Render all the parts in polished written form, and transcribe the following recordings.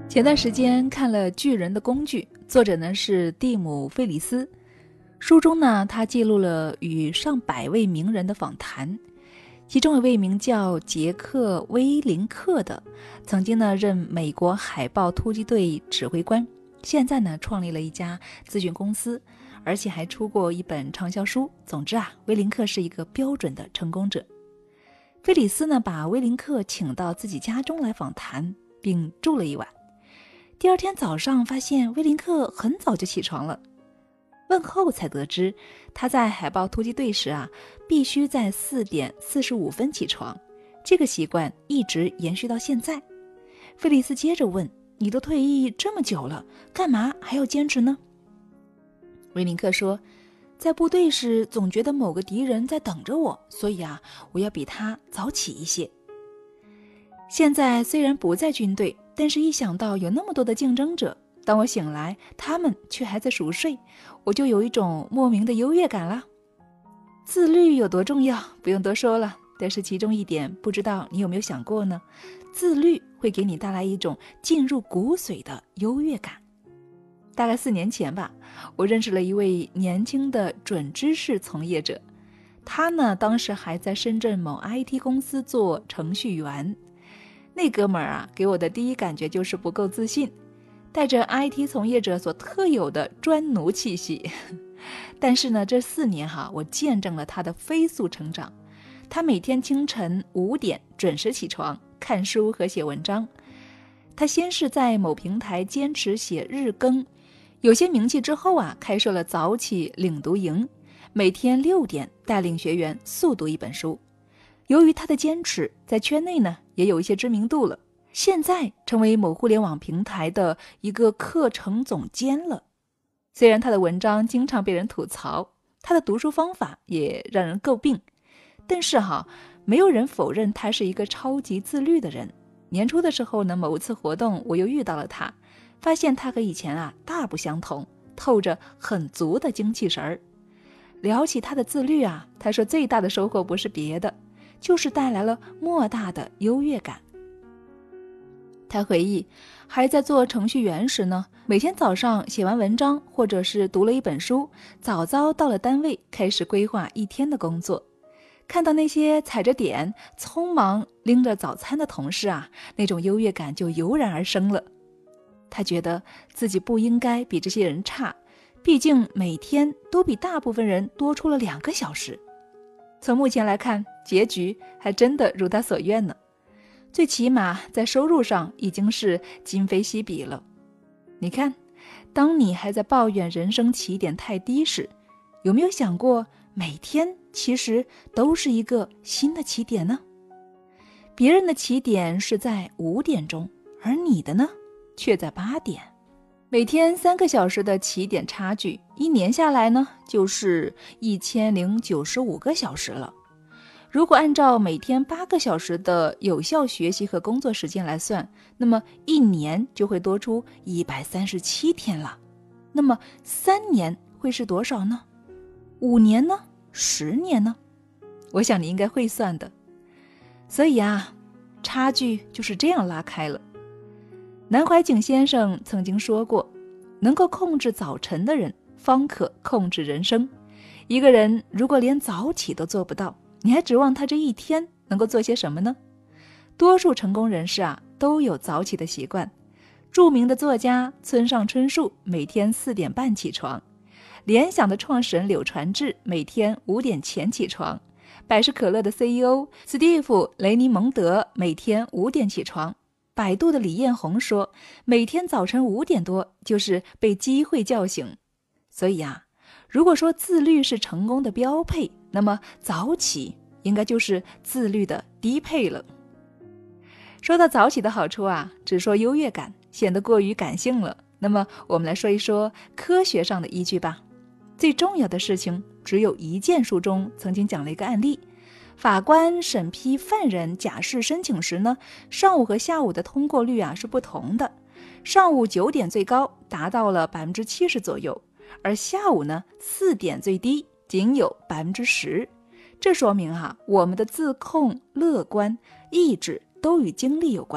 前段时间看了《巨人的工具》，作者呢是蒂姆·费里斯。书中呢，他记录了与上百位名人的访谈，其中一位名叫杰克·威林克的，曾经呢任美国海豹突击队指挥官，现在呢创立了一家咨询公司，而且还出过一本畅销书。总之啊，威林克是一个标准的成功者。菲里斯呢把威林克请到自己家中来访谈，并住了一晚。第二天早上发现威林克很早就起床了，问后才得知他在海豹突击队时必须在4点45分起床，这个习惯一直延续到现在。菲利斯接着问，你都退役这么久了，干嘛还要坚持呢？威林克说，在部队时总觉得某个敌人在等着我，所以我要比他早起一些。现在虽然不在军队，但是一想到有那么多的竞争者，当我醒来他们却还在熟睡，我就有一种莫名的优越感啦。自律有多重要不用多说了，但是其中一点不知道你有没有想过呢？自律会给你带来一种进入骨髓的优越感。大概4年前吧，我认识了一位年轻的准知识从业者，他呢当时还在深圳某 IT 公司做程序员。那哥们儿给我的第一感觉就是不够自信，带着 IT 从业者所特有的专奴气息。但是呢，这4年我见证了他的飞速成长。他每天清晨5点准时起床，看书和写文章。他先是在某平台坚持写日更，有些名气之后开设了早起领读营，每天6点带领学员速读一本书。由于他的坚持，在圈内呢也有一些知名度了，现在成为某互联网平台的一个课程总监了。虽然他的文章经常被人吐槽，他的读书方法也让人诟病，但是没有人否认他是一个超级自律的人。年初的时候呢，某次活动我又遇到了他，发现他和以前大不相同，透着很足的精气神儿。聊起他的自律他说最大的收获不是别的，就是带来了莫大的优越感。他回忆，还在做程序员时呢，每天早上写完文章或者是读了一本书，早早到了单位，开始规划一天的工作。看到那些踩着点匆忙拎着早餐的同事那种优越感就油然而生了。他觉得自己不应该比这些人差，毕竟每天都比大部分人多出了2个小时。从目前来看，结局还真的如他所愿呢，最起码在收入上已经是今非昔比了。你看，当你还在抱怨人生起点太低时，有没有想过每天其实都是一个新的起点呢？别人的起点是在5点钟，而你的呢却在8点。每天3个小时的起点差距，1年下来呢就是1095个小时了。如果按照每天8个小时的有效学习和工作时间来算，那么1年就会多出137天了。那么3年会是多少呢？5年呢？10年呢？我想你应该会算的。所以差距就是这样拉开了。南怀瑾先生曾经说过，能够控制早晨的人，方可控制人生。一个人如果连早起都做不到，你还指望他这一天能够做些什么呢？多数成功人士都有早起的习惯。著名的作家村上春树每天4点半起床，联想的创始人柳传志每天5点前起床，百事可乐的 CEO 斯蒂夫·雷尼蒙德每天5点起床，百度的李彦宏说，每天早晨5点多就是被机会叫醒。所以如果说自律是成功的标配，那么早起应该就是自律的低配了。说到早起的好处只说优越感显得过于感性了，那么我们来说一说科学上的依据吧。最重要的事情只有一件，书中曾经讲了一个案例。法官审批犯人假释申请时呢，上午和下午的通过率是不同的。上午9点最高，达到了70%左右，而下午呢4点最低，仅有10%。这说明我们的自控、乐观、意志都与精力有关，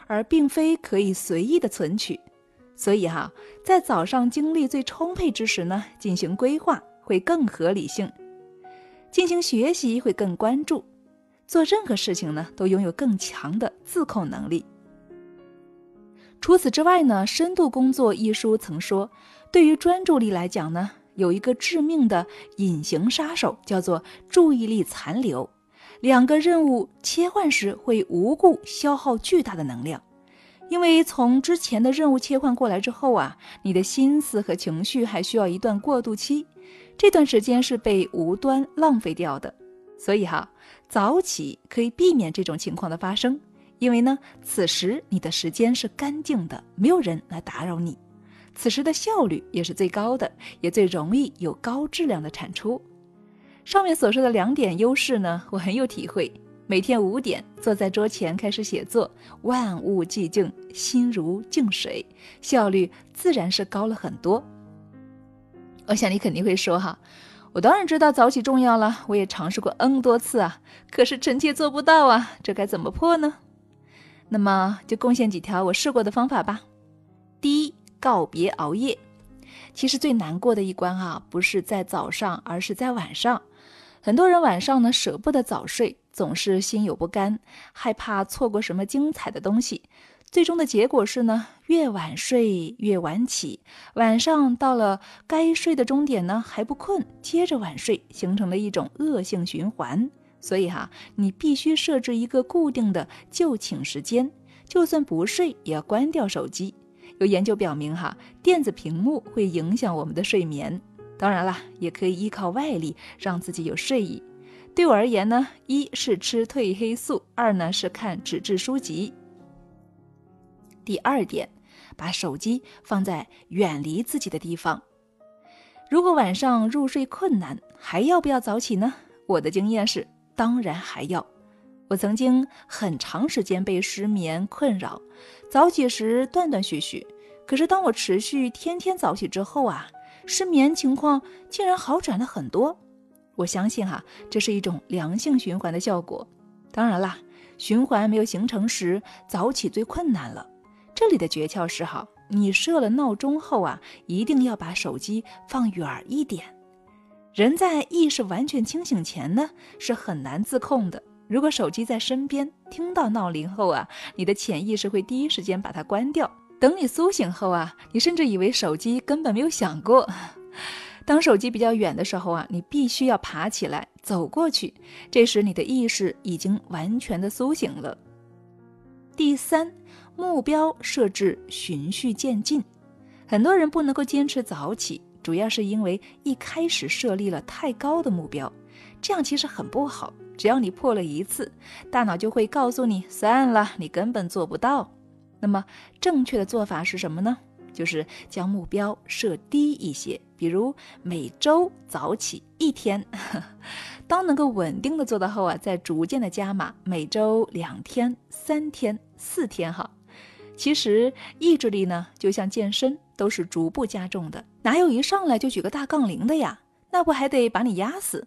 而并非可以随意的存取。所以在早上精力最充沛之时呢，进行规划会更合理性，进行学习会更关注，做任何事情呢都拥有更强的自控能力。除此之外呢，《深度工作》一书曾说，对于专注力来讲呢，有一个致命的隐形杀手，叫做注意力残留。两个任务切换时会无故消耗巨大的能量，因为从之前的任务切换过来之后你的心思和情绪还需要一段过渡期，这段时间是被无端浪费掉的。所以早起可以避免这种情况的发生，因为呢，此时你的时间是干净的，没有人来打扰你，此时的效率也是最高的，也最容易有高质量的产出。上面所说的2点优势呢，我很有体会。每天5点坐在桌前开始写作，万物寂静，心如静水，效率自然是高了很多。我想你肯定会说我当然知道早起重要了，我也尝试过 N 多次可是臣妾做不到这该怎么破呢？那么就贡献几条我试过的方法吧。第一，告别熬夜。其实最难过的一关不是在早上，而是在晚上。很多人晚上呢舍不得早睡，总是心有不甘，害怕错过什么精彩的东西。最终的结果是呢，越晚睡越晚起，晚上到了该睡的钟点呢还不困，接着晚睡，形成了一种恶性循环。所以你必须设置一个固定的就寝时间，就算不睡也要关掉手机。有研究表明电子屏幕会影响我们的睡眠。当然了，也可以依靠外力让自己有睡意。对我而言呢，1是吃褪黑素，2呢是看纸质书籍。第2点，把手机放在远离自己的地方。如果晚上入睡困难，还要不要早起呢？我的经验是，当然还要。我曾经很长时间被失眠困扰，早起时断断续续，可是当我持续天天早起之后失眠情况竟然好转了很多。我相信这是一种良性循环的效果。当然啦，循环没有形成时，早起最困难了。这里的诀窍是你设了闹钟后一定要把手机放远一点。人在意识完全清醒前呢，是很难自控的。如果手机在身边，听到闹铃后你的潜意识会第一时间把它关掉。等你苏醒后你甚至以为手机根本没有响过。当手机比较远的时候你必须要爬起来走过去，这时你的意识已经完全的苏醒了。第3，目标设置循序渐进。很多人不能够坚持早起，主要是因为一开始设立了太高的目标，这样其实很不好。只要你破了1次，大脑就会告诉你算了，你根本做不到。那么正确的做法是什么呢？就是将目标设低一些，比如每周早起1天。当能够稳定的做到后再逐渐的加码，每周2天、3天、4天其实意志力呢，就像健身，都是逐步加重的，哪有一上来就举个大杠铃的呀？那不还得把你压死？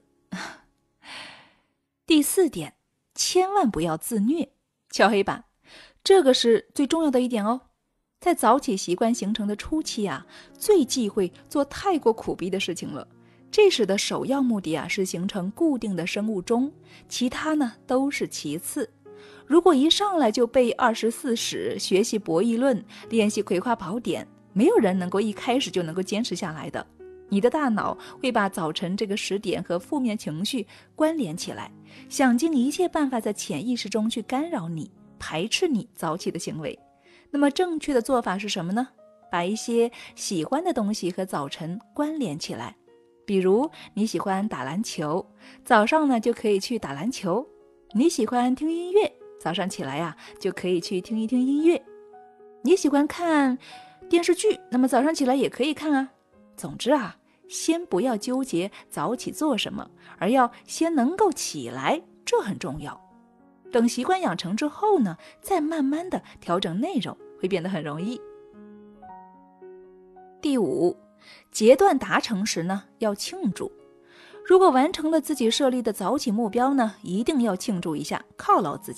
第4点，千万不要自虐。敲黑板，这个是最重要的一点哦。在早起习惯形成的初期最忌讳做太过苦逼的事情了。这时的首要目的是形成固定的生物钟，其他呢都是其次。如果一上来就背24史、学习博弈论、练习葵花宝典，没有人能够一开始就能够坚持下来的。你的大脑会把早晨这个时点和负面情绪关联起来，想尽一切办法在潜意识中去干扰你，排斥你早起的行为。那么正确的做法是什么呢？把一些喜欢的东西和早晨关联起来。比如你喜欢打篮球，早上呢就可以去打篮球。你喜欢听音乐，早上起来就可以去听一听音乐。你喜欢看电视剧，那么早上起来也可以看总之先不要纠结早起做什么，而要先能够起来，这很重要。等习惯养成之后呢，再慢慢的调整内容，会变得很容易。第5，阶段达成时呢，要庆祝。如果完成了自己设立的早起目标呢，一定要庆祝一下，犒劳自己。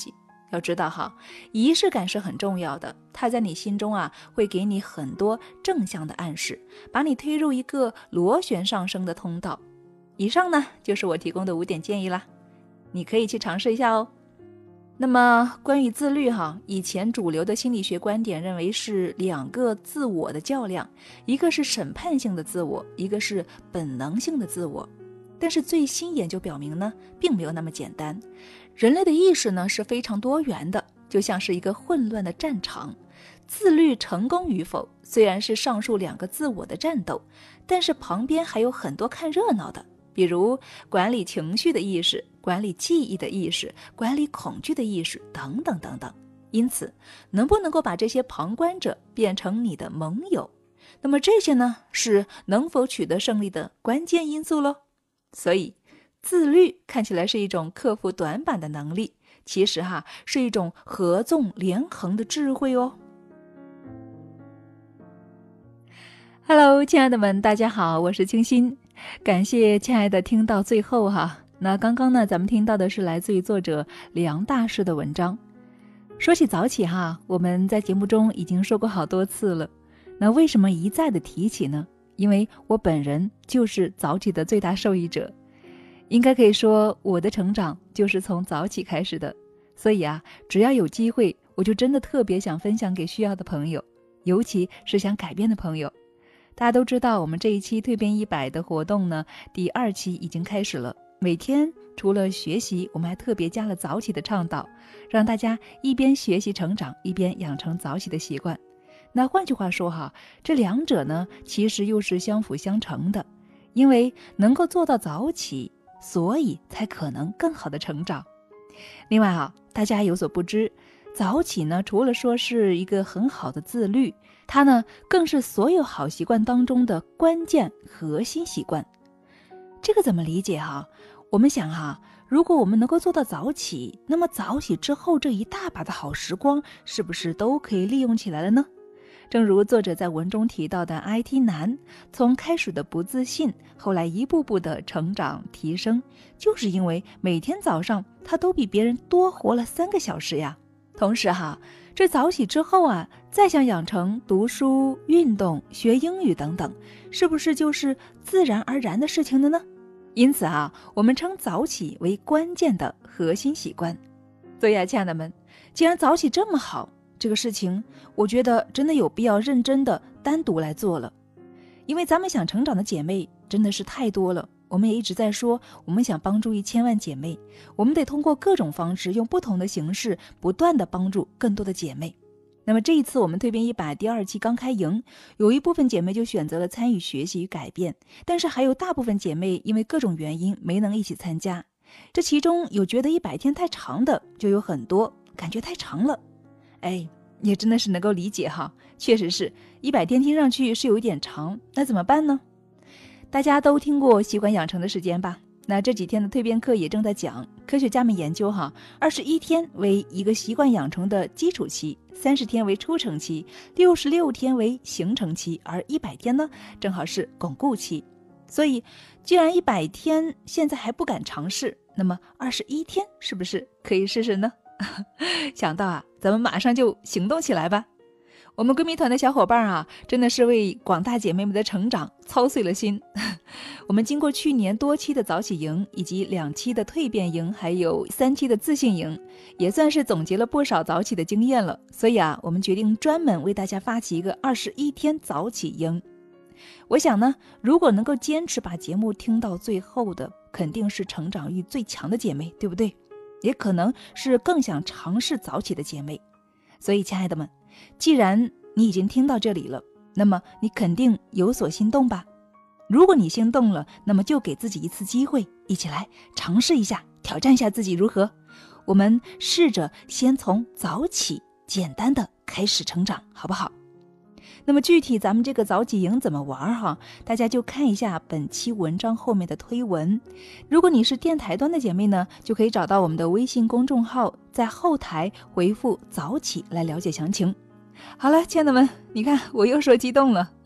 要知道哈，仪式感是很重要的，它在你心中会给你很多正向的暗示，把你推入一个螺旋上升的通道。以上呢就是我提供的5点建议啦，你可以去尝试一下哦。那么关于自律以前主流的心理学观点认为是2个自我的较量，一个是审判性的自我，一个是本能性的自我。但是最新研究表明呢，并没有那么简单。人类的意识呢是非常多元的，就像是一个混乱的战场。自律成功与否，虽然是上述2个自我的战斗，但是旁边还有很多看热闹的，比如管理情绪的意识、管理记忆的意识、管理恐惧的意识等等等等。因此，能不能够把这些旁观者变成你的盟友，那么这些呢，是能否取得胜利的关键因素咯。所以，自律看起来是一种克服短板的能力，其实是一种合纵连横的智慧哦。Hello， 亲爱的们，大家好，我是清新，感谢亲爱的听到最后那刚刚呢，咱们听到的是来自于作者梁大师的文章。说起早起我们在节目中已经说过好多次了，那为什么一再的提起呢？因为我本人就是早起的最大受益者，应该可以说我的成长就是从早起开始的。所以只要有机会，我就真的特别想分享给需要的朋友，尤其是想改变的朋友。大家都知道，我们这一期蜕变100的活动呢，第2期已经开始了。每天除了学习，我们还特别加了早起的倡导，让大家一边学习成长，一边养成早起的习惯。那换句话说这2者呢，其实又是相辅相成的，因为能够做到早起，所以才可能更好的成长。另外大家有所不知，早起呢，除了说是一个很好的自律，它呢更是所有好习惯当中的关键核心习惯。这个怎么理解我们想如果我们能够做到早起，那么早起之后这一大把的好时光，是不是都可以利用起来了呢？正如作者在文中提到的 IT 男，从开始的不自信，后来一步步的成长提升，就是因为每天早上他都比别人多活了3个小时呀。同时这早起之后再想养成读书、运动、学英语等等，是不是就是自然而然的事情了呢？因此我们称早起为关键的核心习惯。所以亲爱的们，既然早起这么好，这个事情我觉得真的有必要认真的单独来做了。因为咱们想成长的姐妹真的是太多了，我们也一直在说，我们想帮助1000万姐妹，我们得通过各种方式，用不同的形式，不断的帮助更多的姐妹。那么这一次我们蜕变100第2期刚开营，有一部分姐妹就选择了参与学习与改变，但是还有大部分姐妹因为各种原因没能一起参加。这其中有觉得100天太长的，就有很多感觉太长了。也真的是能够理解确实是100天听上去是有一点长，那怎么办呢？大家都听过习惯养成的时间吧？那这几天的蜕变课也正在讲，科学家们研究21天为一个习惯养成的基础期，30天为初成期，66天为形成期，而100天呢，正好是巩固期。所以既然100天现在还不敢尝试，那么21天是不是可以试试呢？想到咱们马上就行动起来吧。我们闺蜜团的小伙伴真的是为广大姐妹们的成长操碎了心。我们经过去年多期的早起营，以及2期的蜕变营，还有3期的自信营，也算是总结了不少早起的经验了。所以我们决定专门为大家发起一个21天早起营。我想呢，如果能够坚持把节目听到最后的，肯定是成长欲最强的姐妹，对不对？也可能是更想尝试早起的姐妹。所以亲爱的们，既然你已经听到这里了，那么你肯定有所心动吧？如果你心动了，那么就给自己一次机会，一起来尝试一下，挑战一下自己，如何？我们试着先从早起简单的开始成长，好不好？那么具体咱们这个早起营怎么玩大家就看一下本期文章后面的推文。如果你是电台端的姐妹呢，就可以找到我们的微信公众号，在后台回复早起来了解详情。好了，亲爱的们，你看我又说激动了。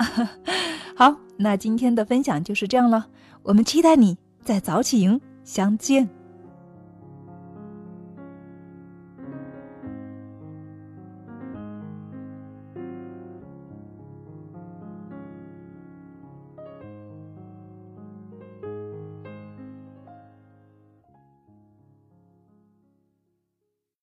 好，那今天的分享就是这样了，我们期待你在早起营相见。